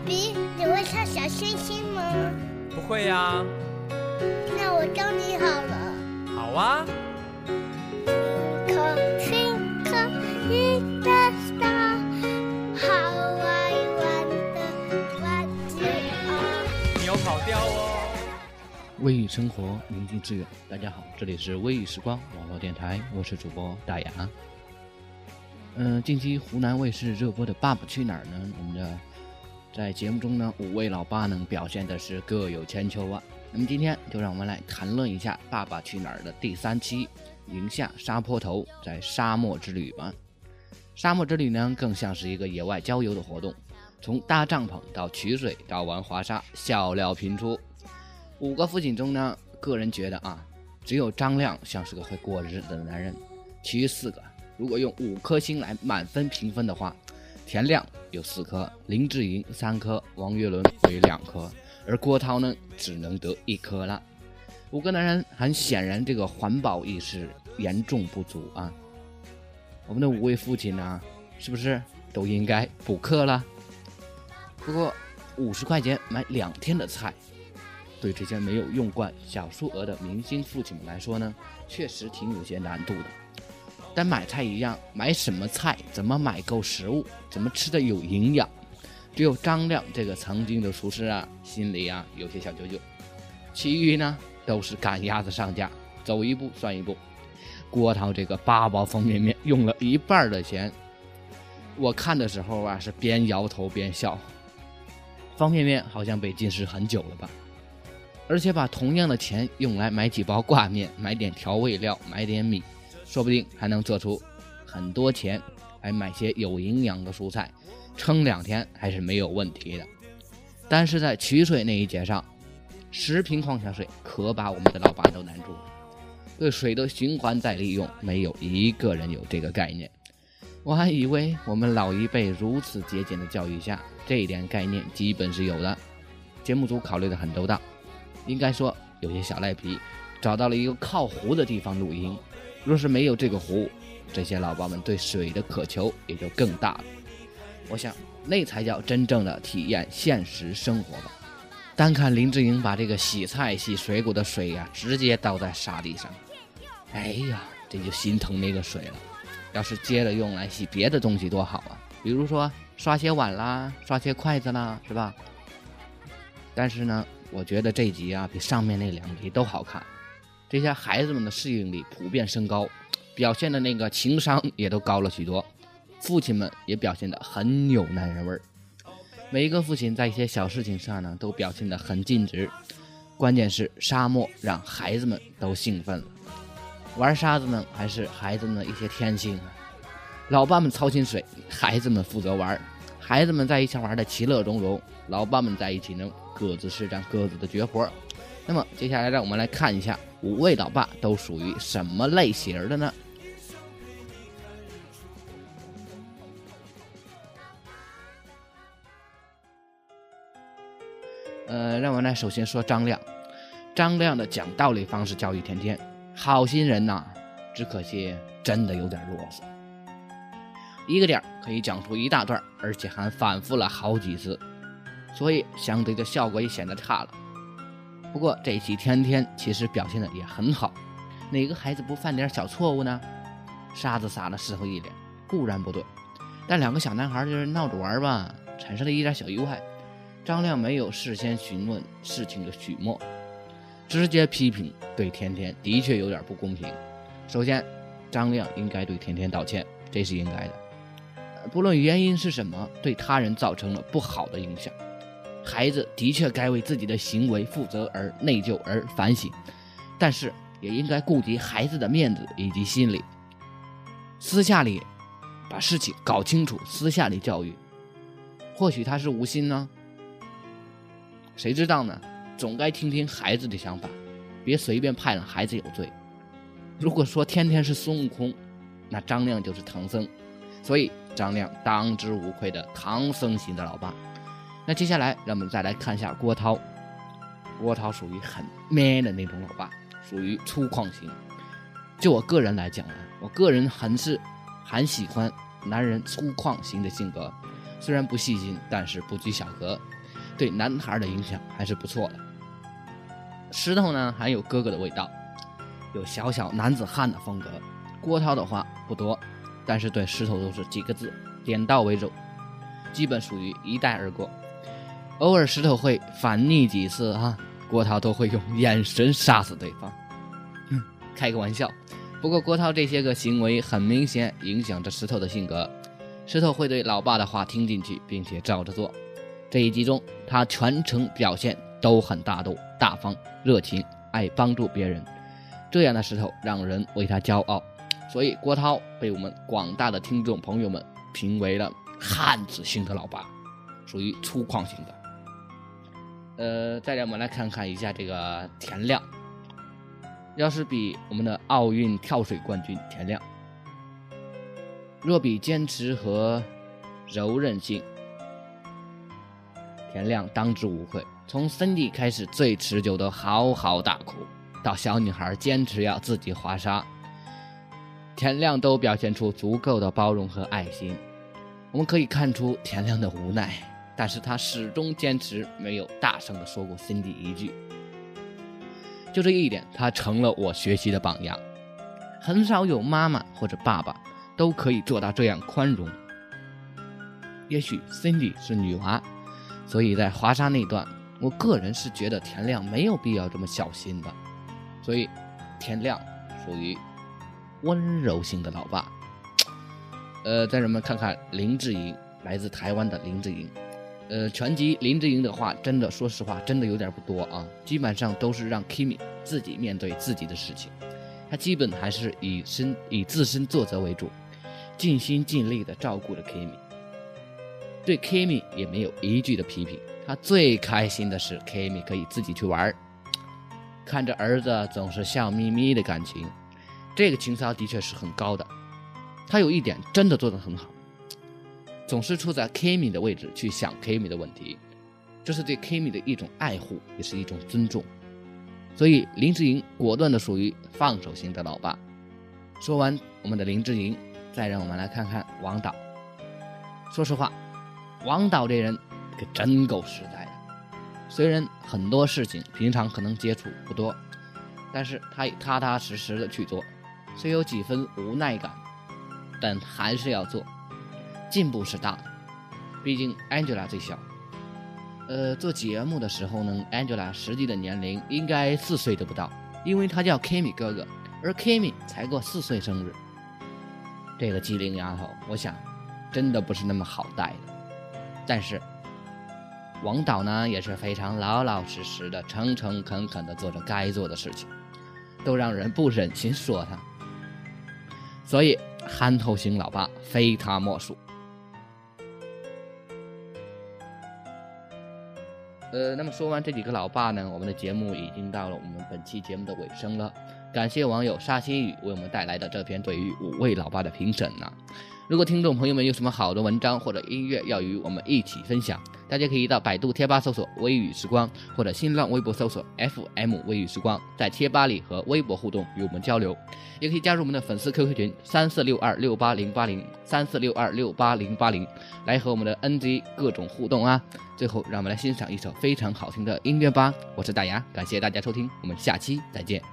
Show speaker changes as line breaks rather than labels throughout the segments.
比，你会唱小星星吗？
不会呀。
那我教你好了。
好啊。
Twinkle in the star, how I wonder what you are。
你有跑调哦。
微雨生活，宁静致远。大家好，这里是微雨时光网络电台，我是主播大牙。近期湖南卫视热播的《爸爸去哪儿》呢，我们的在节目中呢，5位老爸呢表现的是各有千秋啊。那么今天就让我们来谈论一下《爸爸去哪儿》的第3期宁夏沙坡头在沙漠之旅吧。沙漠之旅呢，更像是一个野外郊游的活动，从搭帐篷到取水到玩滑沙，笑料频出。5个父亲中呢，个人觉得只有张亮像是个会过日子的男人，其余4个如果用5颗星来满分评分的话，田亮有4颗，林志颖3颗，王岳伦为2颗，而郭涛呢只能得1颗了。5个男人很显然这个环保意识严重不足啊。我们的5位父亲呢，是不是都应该补课了？不过50块钱买2天的菜，对这些没有用惯小数额的明星父亲们来说呢，确实挺有些难度的。但买菜一样，买什么菜，怎么买够食物，怎么吃的有营养，只有张亮这个曾经的厨师心里有些小九九。其余呢都是赶鸭子上架，走一步算一步。郭涛这个8包方便面用了1半的钱，我看的时候是边摇头边笑。方便面好像被禁食很久了吧，而且把同样的钱用来买几包挂面，买点调味料，买点米，说不定还能做出很多钱来买些有营养的蔬菜，撑2天还是没有问题的。但是在取水那一节上，10瓶矿泉水可把我们的老爸都难住了。对水的循环再利用，没有一个人有这个概念。我还以为我们老一辈如此节俭的教育下，这一点概念基本是有的。节目组考虑得很周到，应该说有些小赖皮找到了一个靠湖的地方录音，若是没有这个湖，这些老爸们对水的渴求也就更大了。我想那才叫真正的体验现实生活吧。单看林志颖把这个洗菜洗水果的水直接倒在沙地上，哎呀，这就心疼那个水了。要是接着用来洗别的东西多好啊，比如说刷些碗啦，刷些筷子啦，是吧？但是呢，我觉得这集比上面那2集都好看。这些孩子们的适应力普遍升高，表现的那个情商也都高了许多，父亲们也表现得很有男人味儿。每一个父亲在一些小事情上呢，都表现得很尽职。关键是沙漠让孩子们都兴奋了。玩沙子呢，还是孩子们的一些天性老爸们操心水，孩子们负责玩。孩子们在一起玩的其乐融融，老爸们在一起呢，各自施展各自的绝活。那么接下来让我们来看一下5位老爸都属于什么类型的呢？让我们来首先说张亮。张亮的讲道理方式教育天天，好心人只可惜真的有点啰嗦，一个点可以讲出一大段，而且还反复了好几次，所以相对的效果也显得差了。不过这一期天天其实表现的也很好，哪个孩子不犯点小错误呢？沙子撒了事后一脸，固然不对，但2个小男孩就是闹着玩吧，产生了一点小意外。张亮没有事先询问事情的始末，直接批评，对天天的确有点不公平。首先，张亮应该对天天道歉，这是应该的。不论原因是什么，对他人造成了不好的影响，孩子的确该为自己的行为负责而内疚而反省，但是也应该顾及孩子的面子以及心理。私下里把事情搞清楚，私下里教育，或许他是无心呢，谁知道呢？总该听听孩子的想法，别随便判了孩子有罪。如果说天天是孙悟空，那张亮就是唐僧，所以张亮当之无愧的唐僧型的老爸。那接下来让我们再来看一下郭涛。郭涛属于很 man 的那种老爸，属于粗犷型。就我个人来讲我个人很喜欢男人粗犷型的性格。 虽然不细心，但是不拘小格，对男孩的影响还是不错的。石头呢，还有哥哥的味道，有小小男子汉的风格。郭涛的话不多，但是对石头都是几个字，点到为止，基本属于一带而过。偶尔石头会反逆几次啊，郭涛都会用眼神杀死对方。开个玩笑。不过郭涛这些个行为很明显影响着石头的性格，石头会对老爸的话听进去，并且照着做。这一集中他全程表现都很大度、大方、热情，爱帮助别人，这样的石头让人为他骄傲。所以郭涛被我们广大的听众朋友们评为了汉子型的老爸，属于粗犷型的。再让我们来看看一下这个田亮，要是比我们的奥运跳水冠军田亮，若比坚持和柔韧性，田亮当之无愧。从Cindy开始最持久的嚎啕大哭，到小女孩坚持要自己滑沙，田亮都表现出足够的包容和爱心。我们可以看出田亮的无奈，但是他始终坚持没有大声地说过Cindy一句。就这一点，他成了我学习的榜样。很少有妈妈或者爸爸都可以做到这样宽容。也许Cindy是女娃，所以在滑沙那段，我个人是觉得田亮没有必要这么小心的。所以田亮属于温柔型的老爸。再让我们看看林志颖，来自台湾的林志颖。全集林志颖的话，真的说实话，真的有点不多啊，基本上都是让 Kimi 自己面对自己的事情，他基本还是以自身作则为主，尽心尽力的照顾着 Kimi， 对 Kimi 也没有一句的批评。他最开心的是 Kimi 可以自己去玩，看着儿子总是笑眯眯的感情，这个情操的确是很高的。他有一点真的做得很好，总是处在 Kimi 的位置去想 Kimi 的问题，这是对 Kimi 的一种爱护，也是一种尊重。所以林志颖果断的属于放手型的老爸。说完我们的林志颖，再让我们来看看王导。说实话，王导这人可真够实在的，虽然很多事情平常可能接触不多，但是他踏踏实实的去做，虽有几分无奈感，但还是要做，进步是大的。毕竟 Angela 最小，做节目的时候呢 Angela 实际的年龄应该4岁都不到，因为她叫 Kimi 哥哥，而 Kimi 才过4岁生日。这个机灵丫头，我想真的不是那么好带的。但是王导呢，也是非常老老实实的、诚诚恳恳的做着该做的事情，都让人不忍心说他。所以憨头型老爸非他莫属。那么说完这几个老爸呢，我们的节目已经到了我们本期节目的尾声了。感谢网友沙心雨为我们带来的这篇对于5位老爸的评审呢。如果听众朋友们有什么好的文章或者音乐要与我们一起分享，大家可以到百度贴吧搜索微语时光，或者新浪微博搜索 FM 微语时光，在贴吧里和微博互动与我们交流。也可以加入我们的粉丝 QQ 群34626880 34626880，来和我们的 NG 各种互动啊。最后让我们来欣赏一首非常好听的音乐吧。我是大牙，感谢大家收听，我们下期再见。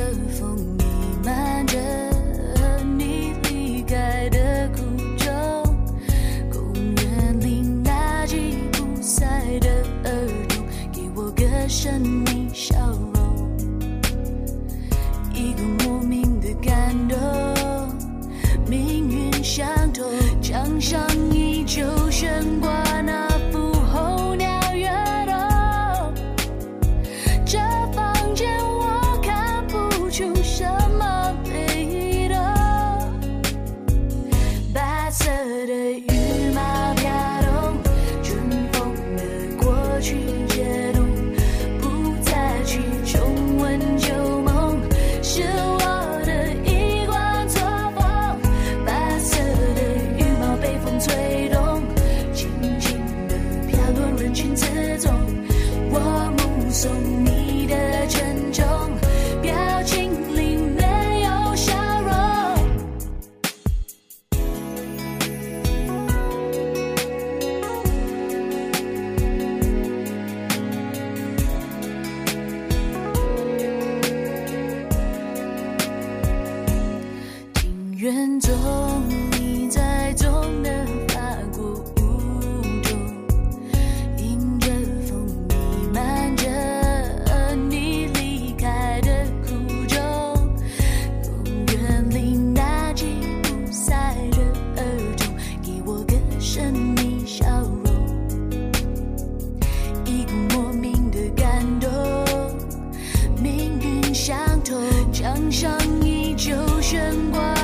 迎着风弥漫着你离开的苦衷。 上依旧悬挂